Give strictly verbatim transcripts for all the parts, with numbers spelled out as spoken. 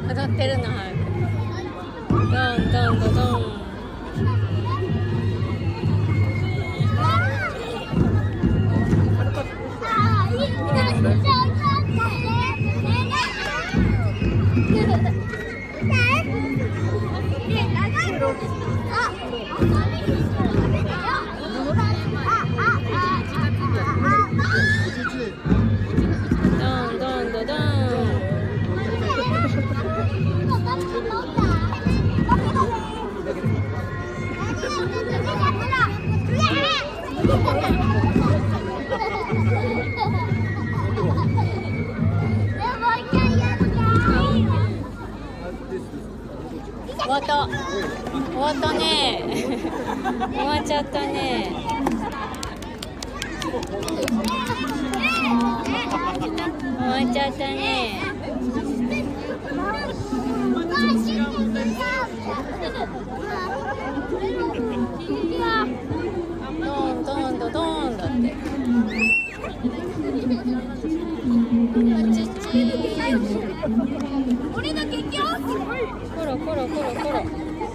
踊ってるのはドンドンドドン。終わった。終わったね。終わっちゃったね。終わっちゃったね。ドンドンドドンだって。俺の結局コロコロコロコロ。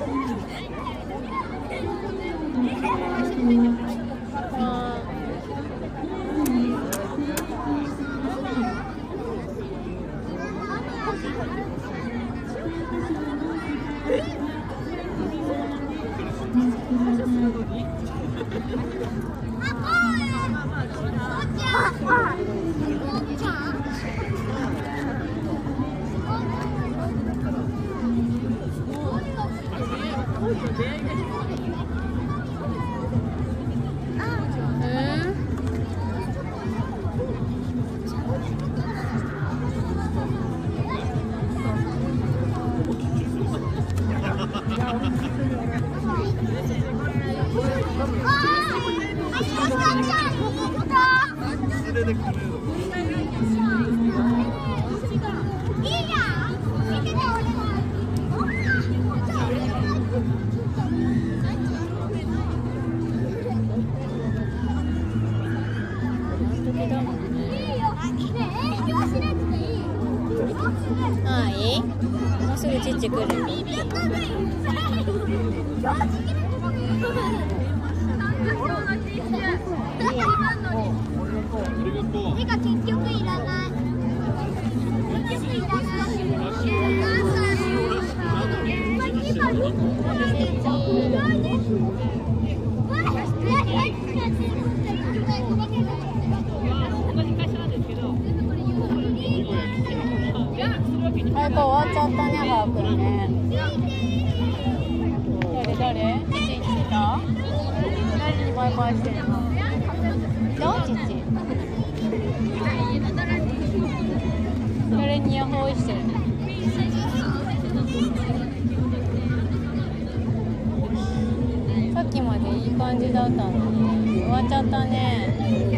あはい、もうすぐちっち来る。 手が結局いらない。結局いらない。 早く終わっちゃったね、早くね。誰誰？ちち来てた？誰にバイバイしてるの？どうちち？誰にヤホーイしてるの？さっきまでいい感じだったのに終わっちゃったね。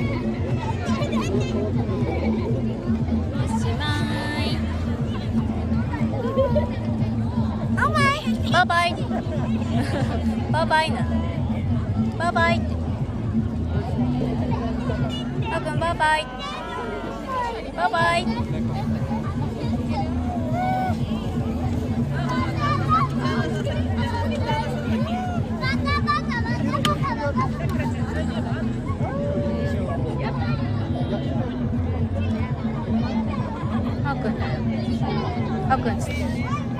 バイバイバイバイなバイバイってあーくんバイバイバイバイあーくんだよあーくんつって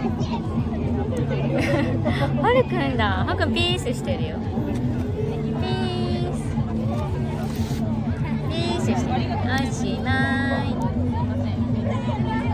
はるくんだ。はるくんピースしてるよ。ピース。ピースしてる。おしまい。